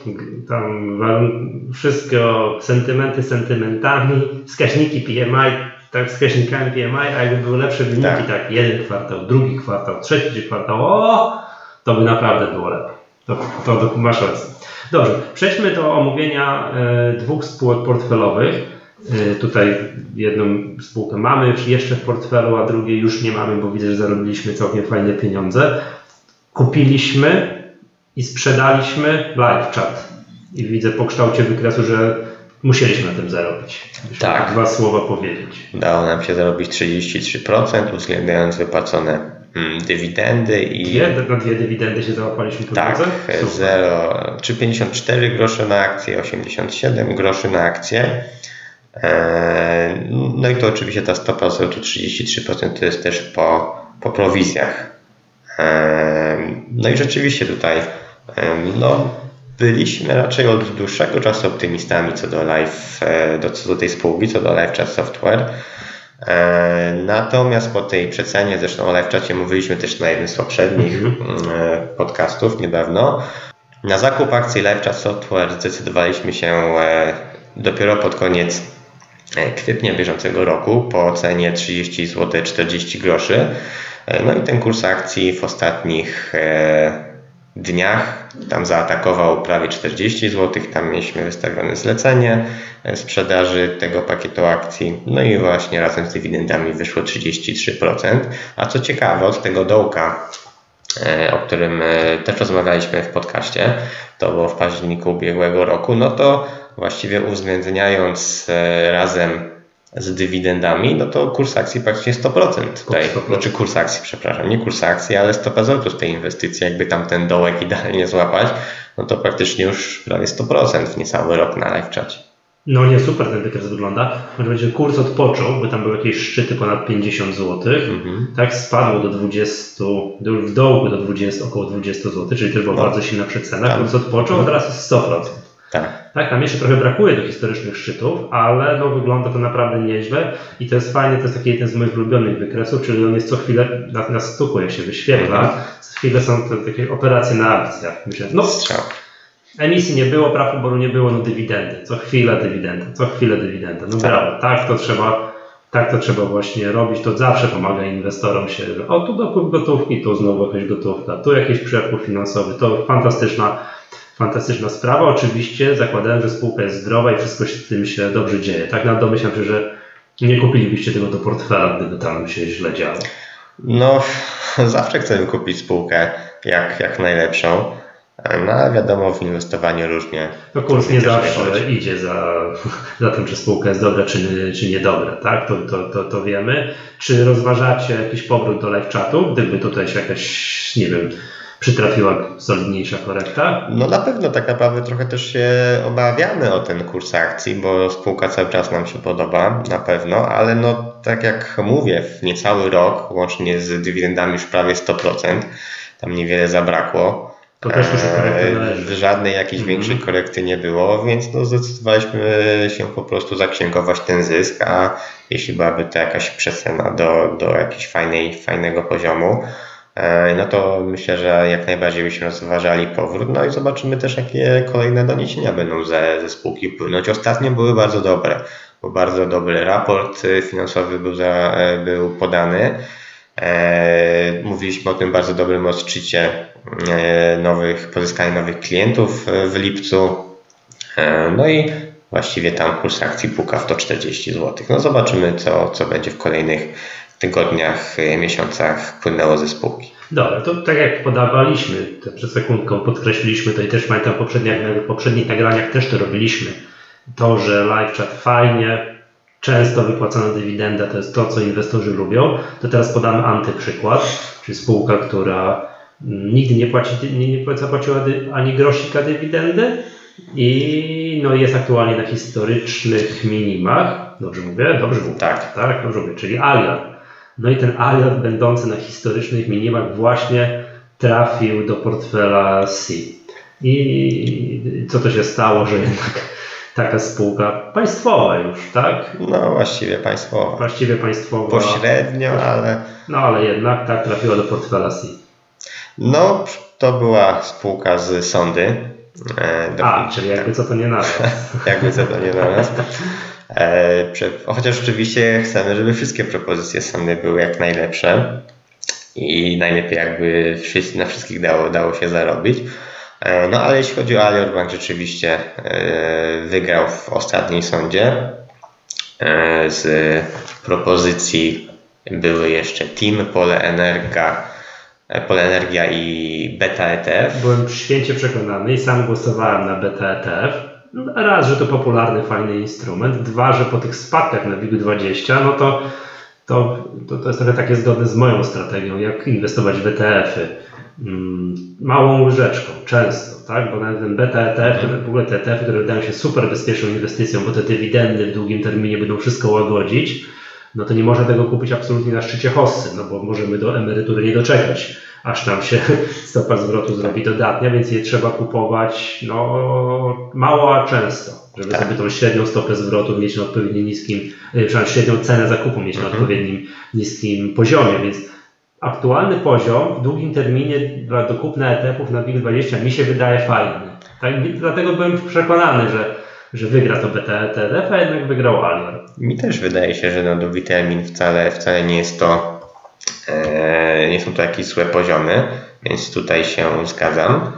tam wszystko sentymenty sentymentami, wskaźniki P M I, tak wskaźnikami P M I, a jakby były lepsze wyniki, tak. tak, jeden kwartał, drugi kwartał, trzeci kwartał, o, to by naprawdę było lepiej. To, to, to masz rację. Dobrze, przejdźmy do omówienia e, dwóch spółek portfelowych. Tutaj jedną spółkę mamy jeszcze w portfelu, a drugiej już nie mamy, bo widzę, że zarobiliśmy całkiem fajne pieniądze. Kupiliśmy i sprzedaliśmy LiveChat. I widzę po kształcie wykresu, że musieliśmy na tym zarobić. Tak. Dwa słowa powiedzieć. Udało nam się zarobić trzydzieści trzy procent, uwzględniając wypłacone dywidendy i... Dwie, na dwie dywidendy się załapaliśmy po Tak, drodze? zero, czy pięćdziesiąt cztery grosze na akcję, osiemdziesiąt siedem groszy na akcję. No i to oczywiście ta stopa zwrotu trzydzieści trzy procent to jest też po, po prowizjach. No i rzeczywiście tutaj no, byliśmy raczej od dłuższego czasu optymistami co do live, do, co do tej spółki, co do LiveChat Software. Natomiast po tej przecenie, zresztą o LiveChacie mówiliśmy też na jednym z poprzednich podcastów niedawno, na zakup akcji LiveChat Software zdecydowaliśmy się dopiero pod koniec kwietnia bieżącego roku po cenie trzydzieści złotych czterdzieści groszy. No i ten kurs akcji w ostatnich dniach tam zaatakował prawie czterdzieści złotych, tam mieliśmy wystawione zlecenie sprzedaży tego pakietu akcji, no i właśnie razem z dywidendami wyszło trzydzieści trzy procent, a co ciekawe od tego dołka, o którym też rozmawialiśmy w podcaście, to było w październiku ubiegłego roku, no to właściwie uwzględniając razem z dywidendami, no to kurs akcji praktycznie sto procent tutaj, sto procent. Znaczy kurs akcji, przepraszam, nie kurs akcji, ale stopa zwrotu z tej inwestycji, jakby tam ten dołek idealnie złapać, no to praktycznie już prawie sto procent w niecały rok na LiveChacie. No nie, super ten wykres wygląda. Może kurs odpoczął, bo tam były jakieś szczyty ponad pięćdziesiąt złotych, mm-hmm. tak spadło do dwudziestu, w dołku do dwudziestu, około dwudziestu złotych, czyli też była no. bardzo silna przecena. Kurs odpoczął, a teraz jest sto procent. Tak. Tak, tam jeszcze trochę brakuje do historycznych szczytów, ale no, wygląda to naprawdę nieźle i to jest fajne, to jest taki jeden z moich ulubionych wykresów, czyli on jest co chwilę na, na stuku, jak się wyświetla, mm-hmm. co chwilę są te, takie operacje na akcjach. Myślę, no, emisji nie było, praw uboru nie było, no dywidendy, co chwilę dywidenda, co chwilę dywidenda, no tak. brawo, tak to trzeba, tak to trzeba właśnie robić, to zawsze pomaga inwestorom się, że o tu dopływ gotówki, tu znowu jakaś gotówka, tu jakiś przepływ finansowy, to fantastyczna Fantastyczna sprawa. Oczywiście zakładałem, że spółka jest zdrowa i wszystko się z tym się dobrze dzieje. Tak, no domyślam się, że nie kupilibyście tego do portfela, gdyby tam się źle działo. No, zawsze chcemy kupić spółkę jak, jak najlepszą, no ale wiadomo, w inwestowaniu różnie. No kurs nie zawsze nie idzie za, za tym, czy spółka jest dobra, czy, czy niedobra, tak? To, to, to, to wiemy. Czy rozważacie jakiś powrót do LiveChatu, gdyby tutaj się jakaś, nie wiem, przytrafiła solidniejsza korekta? No na pewno tak naprawdę trochę też się obawiamy o ten kurs akcji, bo spółka cały czas nam się podoba, na pewno, ale no tak jak mówię, w niecały rok, łącznie z dywidendami już prawie sto procent, tam niewiele zabrakło. To też już eee, żadnej jakiejś mm-hmm. większej korekty nie było, więc no zdecydowaliśmy się po prostu zaksięgować ten zysk, a jeśli byłaby to jakaś przecena do, do jakiegoś fajnej, fajnego poziomu, no to myślę, że jak najbardziej byśmy rozważali powrót. No i zobaczymy też, jakie kolejne doniesienia będą ze, ze spółki płynąć. Ostatnio były bardzo dobre, bo bardzo dobry raport finansowy był, za, był podany. E, mówiliśmy o tym bardzo dobrym odczycie e, nowych, pozyskania nowych klientów w lipcu. E, no i właściwie tam kurs akcji puka w sto czterdzieści złotych. No zobaczymy, co, co będzie w kolejnych tygodniach, miesiącach płynęło ze spółki. Dobra, to tak jak podawaliśmy, to przed sekundką podkreśliliśmy to i też pamiętam w poprzednich, w poprzednich nagraniach też to robiliśmy. To, że LiveChat fajnie, często wypłacana dywidenda to jest to, co inwestorzy lubią, to teraz podamy antyprzykład, czyli spółka, która nigdy nie, płaci, nie, nie zapłaciła ani grosika dywidendy i no jest aktualnie na historycznych minimach. Dobrze mówię? Dobrze mówię. Tak. Tak, dobrze mówię, czyli Alior. No i ten Alior będący na historycznych minimach właśnie trafił do portfela C. I co to się stało, że jednak taka spółka państwowa już, tak? No właściwie państwowa. Właściwie państwowa. Pośrednio, ale... No ale jednak tak trafiła do portfela C. No to była spółka z Sondy. Do... A, czyli jakby co to nie na nas. jakby co to nie na nas. E, chociaż oczywiście chcemy, żeby wszystkie propozycje Sondy były jak najlepsze i najlepiej jakby wszyscy, na wszystkich dało, dało się zarobić. E, no ale jeśli chodzi o Alior Bank, rzeczywiście e, wygrał w ostatniej sądzie. E, z propozycji były jeszcze Team, Pole Energia, Pole Energia i Beta E T F. Byłem święcie przekonany i sam głosowałem na Beta E T F. Raz, że to popularny, fajny instrument. Dwa, że po tych spadkach na WIG dwadzieścia, no to To, to, to jest trochę takie zgodne z moją strategią, jak inwestować w E T F-y. Małą łyżeczką, często, tak? Bo nawet ten beta E T F, w ogóle te E T F-y, które wydają się super bezpieczną inwestycją, bo te dywidendy w długim terminie będą wszystko łagodzić, no to nie można tego kupić absolutnie na szczycie hossy, no bo możemy do emerytury nie doczekać, aż tam się stopa zwrotu zrobi dodatnia, więc je trzeba kupować no, mało, a często, żeby tak. sobie tą średnią stopę zwrotu mieć na odpowiednio niskim, przepraszam, średnią cenę zakupu mieć na mhm. odpowiednim niskim poziomie, więc aktualny poziom w długim terminie dla do kupna E T F-ów na WIG dwadzieścia mi się wydaje fajny. Tak? Dlatego byłem przekonany, że, że wygra to beta E T F, a jednak wygrał Alior. Mi też wydaje się, że na długi termin wcale, wcale nie jest to e, nie są to jakieś złe poziomy, więc tutaj się zgadzam.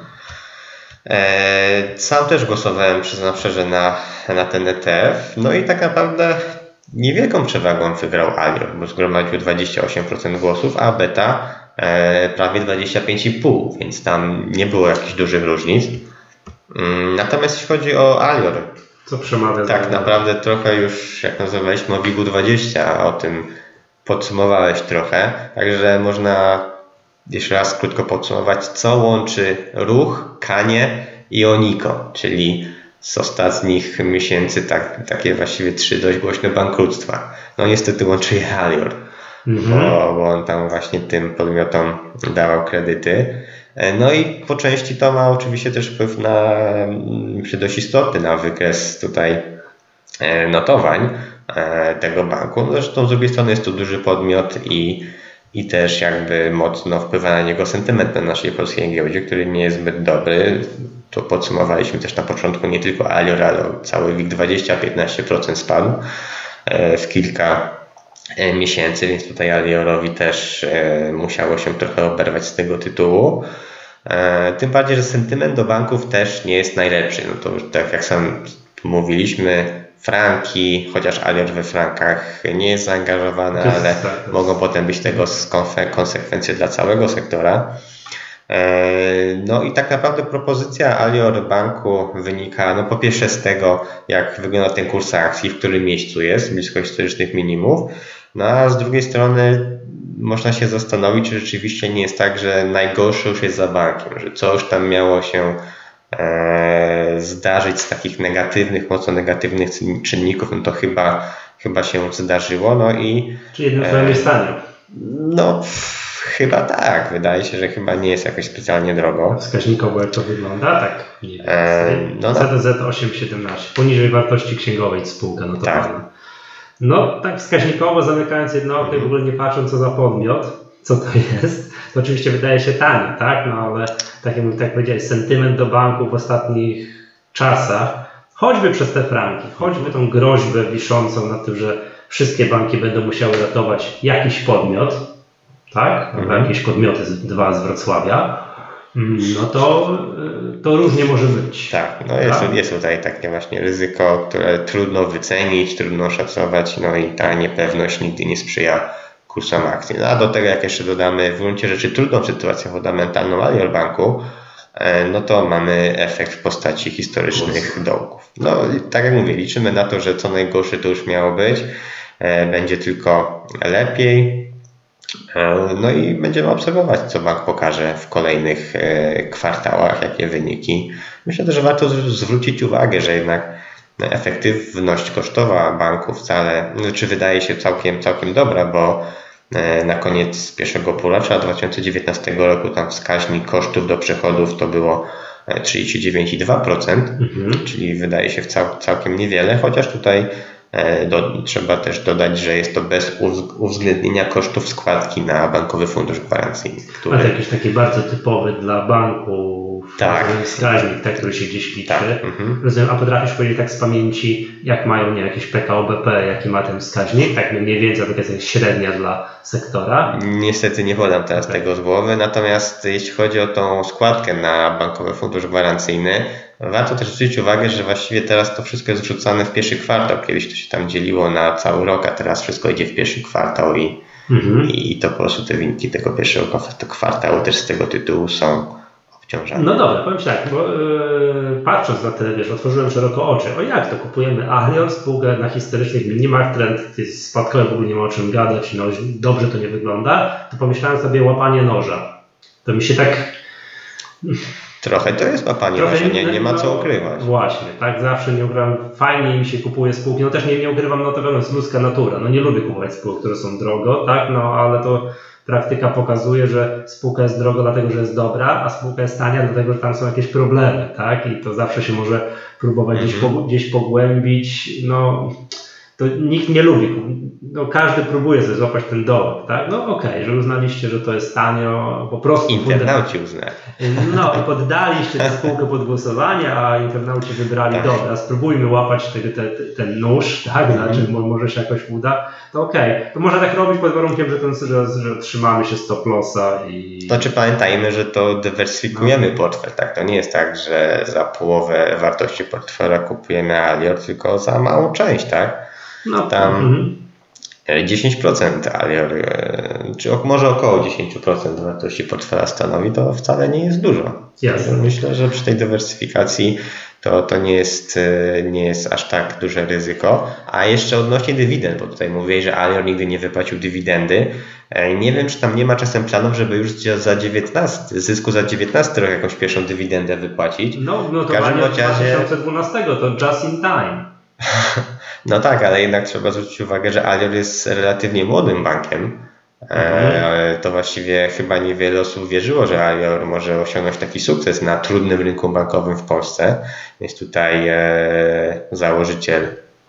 E, sam też głosowałem, przyznam szczerze, na, na ten E T F. No i tak naprawdę niewielką przewagą wygrał Alior, bo zgromadził dwadzieścia osiem procent głosów, a beta e, prawie dwadzieścia pięć i pół, więc tam nie było jakichś dużych różnic. Mm, natomiast jeśli chodzi o Alior, co przemawia? Tak naprawdę trochę już, jak nazywaliśmy o WIG-u dwadzieścia, a o tym podsumowałeś trochę, także można jeszcze raz krótko podsumować, co łączy Ruch, Kanie i Oniko, czyli z ostatnich miesięcy tak, takie właściwie trzy dość głośne bankructwa. No niestety łączy je Alior, mm-hmm. bo, bo on tam właśnie tym podmiotom dawał kredyty. No i po części to ma oczywiście też wpływ na, dość istotny na wykres tutaj notowań tego banku. Zresztą z drugiej strony jest to duży podmiot i, i też jakby mocno wpływa na niego sentyment na naszej polskiej giełdzie, który nie jest zbyt dobry. To podsumowaliśmy też na początku nie tylko Alior, ale cały WIG dwadzieścia, piętnaście procent spadł w kilka miesięcy, więc tutaj Aliorowi też musiało się trochę oberwać z tego tytułu. Tym bardziej, że sentyment do banków też nie jest najlepszy. No to już tak jak sam mówiliśmy, franki, chociaż Alior we frankach nie jest zaangażowany, ale mogą potem być tego konsekwencje dla całego sektora. No i tak naprawdę propozycja Alior Banku wynika no po pierwsze z tego, jak wygląda ten kurs akcji, w którym miejscu jest, blisko historycznych minimów, no a z drugiej strony można się zastanowić, czy rzeczywiście nie jest tak, że najgorsze już jest za bankiem, że co już tam miało się e, zdarzyć z takich negatywnych, mocno negatywnych czynników, no to chyba, chyba się zdarzyło. No i, czy jednym słowem jest tanio? No chyba tak, wydaje się, że chyba nie jest jakoś specjalnie drogo. Wskaźnikowo jak to wygląda? Tak, mniej więcej. E, no, C D Z osiem siedemnaście, poniżej wartości księgowej spółka notowana. Tak. No tak wskaźnikowo, zamykając jedno oko i w ogóle nie patrząc co za podmiot, co to jest, to oczywiście wydaje się tanie, tak? No ale tak jak, tak powiedziałeś, sentyment do banku w ostatnich czasach, choćby przez te franki, choćby tą groźbę wiszącą na tym, że wszystkie banki będą musiały ratować jakiś podmiot, tak? Mhm. Jakieś podmioty, dwa z Wrocławia, no to, to różnie może być. Tak, no jest, tak? Jest tutaj takie właśnie ryzyko, które trudno wycenić, trudno szacować, no i ta niepewność nigdy nie sprzyja kursom akcji. No a do tego jak jeszcze dodamy w gruncie rzeczy trudną sytuację fundamentalną Alior Banku, no to mamy efekt w postaci historycznych dołków. No tak jak mówię, liczymy na to, że co najgorsze to już miało być, będzie tylko lepiej. No i będziemy obserwować, co bank pokaże w kolejnych kwartałach, jakie wyniki. Myślę też, że warto zwrócić uwagę, że jednak efektywność kosztowa banku wcale, czy wydaje się całkiem, całkiem dobra, bo na koniec pierwszego półrocza dwa tysiące dziewiętnastego roku tam wskaźnik kosztów do przychodów to było trzydzieści dziewięć przecinek dwa procent, mhm. czyli wydaje się cał, całkiem niewiele, chociaż tutaj Do, trzeba też dodać, że jest to bez uwzględnienia kosztów składki na Bankowy Fundusz Gwarancyjny. Który... A to jakiś taki bardzo typowy dla banków tak. wskaźnik, tak, który się gdzieś liczy. Tak. Mhm. Rozumiem, a potrafisz powiedzieć tak z pamięci, jak mają nie, jakieś P K O B P, jaki ma ten wskaźnik? Tak mniej więcej, to jest średnia dla sektora. Niestety nie podam teraz okay. tego z głowy, natomiast jeśli chodzi o tą składkę na Bankowy Fundusz Gwarancyjny, warto też zwrócić uwagę, że właściwie teraz to wszystko jest wrzucane w pierwszy kwartał. Kiedyś to się tam dzieliło na cały rok, a teraz wszystko idzie w pierwszy kwartał i, mhm. i to po prostu te wyniki tego pierwszego kwartału też z tego tytułu są obciążamy. No dobra, powiem Ci tak, bo yy, patrząc na te, wiesz, otworzyłem szeroko oczy, o jak to kupujemy Alior, spółkę na historycznych minimach, trend jest spadkowy, w ogóle nie ma o czym gadać, no dobrze to nie wygląda, to pomyślałem sobie łapanie noża. To mi się tak... Trochę to jest łapanie Trochę noża, nie, nie ma co no, ukrywać. Właśnie, tak, zawsze nie ukrywam, fajnie mi się kupuje spółki, no też nie, nie ukrywam, no to wiadomo, jest ludzka natura, no nie lubię kupować spółek, które są drogo, tak, no ale to praktyka pokazuje, że spółka jest droga dlatego, że jest dobra, a spółka jest tania dlatego, że tam są jakieś problemy, tak, i to zawsze się może próbować mm-hmm. gdzieś, po, gdzieś pogłębić, no to nikt nie lubi, no każdy próbuje sobie złapać ten dołek, tak, no okej, okay, że uznaliście, że to jest tanio, po prostu... Internauci uznali. No i poddaliście tę spółkę pod głosowanie, a internauci wybrali, tak. Dobra, spróbujmy łapać te, te, ten nóż, tak, mm-hmm. na czym może się jakoś uda, to okej, okay. To można tak robić pod warunkiem, że, ten, że, że trzymamy się stop lossa i... Znaczy pamiętajmy, że to dywersyfikujemy no. portfel, tak, to nie jest tak, że za połowę wartości portfela kupujemy Alior, tylko za małą część, tak. No, tam mm-hmm. dziesięć procent Alior, czy może około dziesięć procent wartości portfela stanowi, to wcale nie jest dużo. Jasne. Myślę, że przy tej dywersyfikacji to, to nie jest, nie jest aż tak duże ryzyko. A jeszcze odnośnie dywidend, bo tutaj mówiłeś, że Alior nigdy nie wypłacił dywidendy. Nie wiem, czy tam nie ma czasem planów, żeby już za dziewiętnasty, zysku za dziewiętnasty rok jakąś pierwszą dywidendę wypłacić. No, no to w dwa tysiące dwunastego to just in time. No tak, ale jednak trzeba zwrócić uwagę, że Alior jest relatywnie młodym bankiem. E, to właściwie chyba niewiele osób wierzyło, że Alior może osiągnąć taki sukces na trudnym rynku bankowym w Polsce. Jest tutaj e, założyciel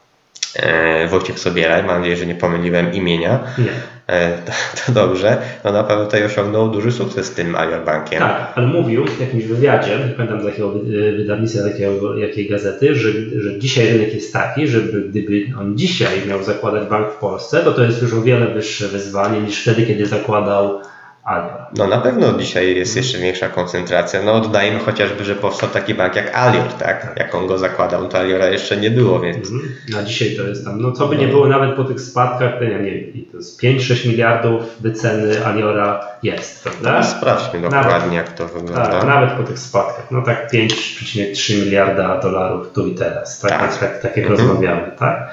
e, Wojciech Sobieraj, mam nadzieję, że nie pomyliłem imienia. Nie. E, to, to dobrze, no na pewno tutaj osiągnął duży sukces z tym Alior Bankiem. Tak, ale mówił w jakimś wywiadzie, nie pamiętam z jakiego wydawnictwa, jakiego, jakiej gazety, że, że dzisiaj rynek jest taki, że gdyby on dzisiaj miał zakładać bank w Polsce, to to jest już o wiele wyższe wyzwanie niż wtedy, kiedy zakładał Alior. No na pewno dzisiaj jest jeszcze większa koncentracja. No oddajmy chociażby, że powstał taki bank jak Alior, tak? Jak on go zakładał, to Aliora jeszcze nie było, więc... Mhm. A dzisiaj to jest tam, no co by nie było nawet po tych spadkach, to ja nie wiem, to jest pięć sześć miliardów wyceny Aliora jest, prawda? No, sprawdźmy dokładnie, nawet, jak to wygląda. Tak, nawet po tych spadkach, no tak pięć przecinek trzy miliarda dolarów tu i teraz, tak? Tak, tak, tak jak mhm. rozmawiamy, tak?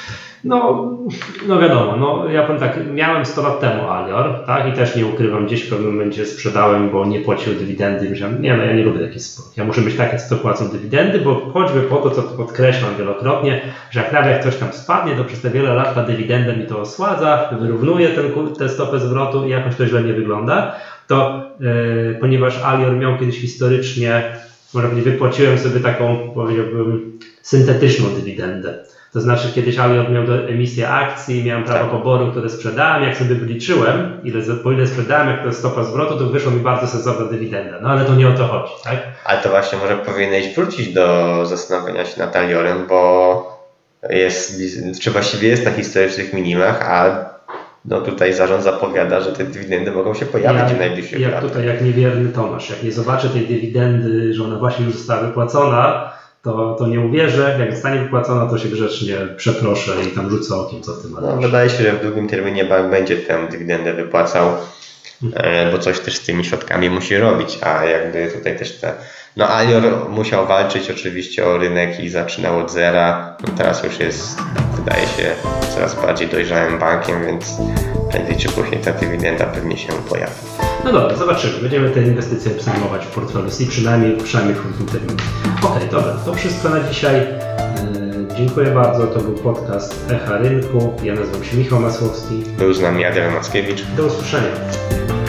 No, no wiadomo, no ja powiem tak, miałem sto lat temu Alior, tak, i też nie ukrywam, gdzieś w pewnym momencie sprzedałem, bo nie płacił dywidendy i myślałem, nie no ja nie lubię takich spółek, ja muszę być takie, co to płacą dywidendy, bo choćby po to, co podkreślam wielokrotnie, że jak nawet jak ktoś tam spadnie, to przez te wiele lat ta dywidenda mi to osładza, wyrównuje ten, tę stopę zwrotu i jakoś to źle nie wygląda, to yy, ponieważ Alior miał kiedyś historycznie, może powiedzieć, wypłaciłem sobie taką, powiedziałbym, syntetyczną dywidendę. To znaczy kiedyś Alior miał emisję akcji, miałem prawo poboru, które sprzedałem, jak sobie wyliczyłem, ile, po ile sprzedałem, jak to jest stopa zwrotu, to wyszło mi bardzo sensowna dywidenda. No ale to nie o to chodzi, tak? Ale to właśnie może powinieneś wrócić do zastanowienia się nad Aliorem, bo jest, czy właściwie jest na historycznych minimach, a no tutaj zarząd zapowiada, że te dywidendy mogą się pojawić jak, w najbliższych jak latach. Tutaj jak niewierny Tomasz, jak nie zobaczę tej dywidendy, że ona właśnie już została wypłacona, To, to nie uwierzę, jak zostanie wypłacona, to się grzecznie przeproszę i tam rzucę okiem, co ty masz. No, wydaje się, że w długim terminie bank będzie tę dywidendę wypłacał, e, bo coś też z tymi środkami musi robić, a jakby tutaj też te... No Alior musiał walczyć oczywiście o rynek i zaczynał od zera, no, teraz już jest, wydaje się, coraz bardziej dojrzałym bankiem, więc prędzej czy później ta dywidenda pewnie się pojawi. No dobra, zobaczymy. Będziemy te inwestycje obserwować w portfelu C, przynajmniej, przynajmniej w krótkim terminie. Okej, okay, dobra, to wszystko na dzisiaj. Yy, dziękuję bardzo. To był podcast Echa Rynku. Ja nazywam się Michał Masłowski. Był z nami Adrian Mackiewicz. Do usłyszenia.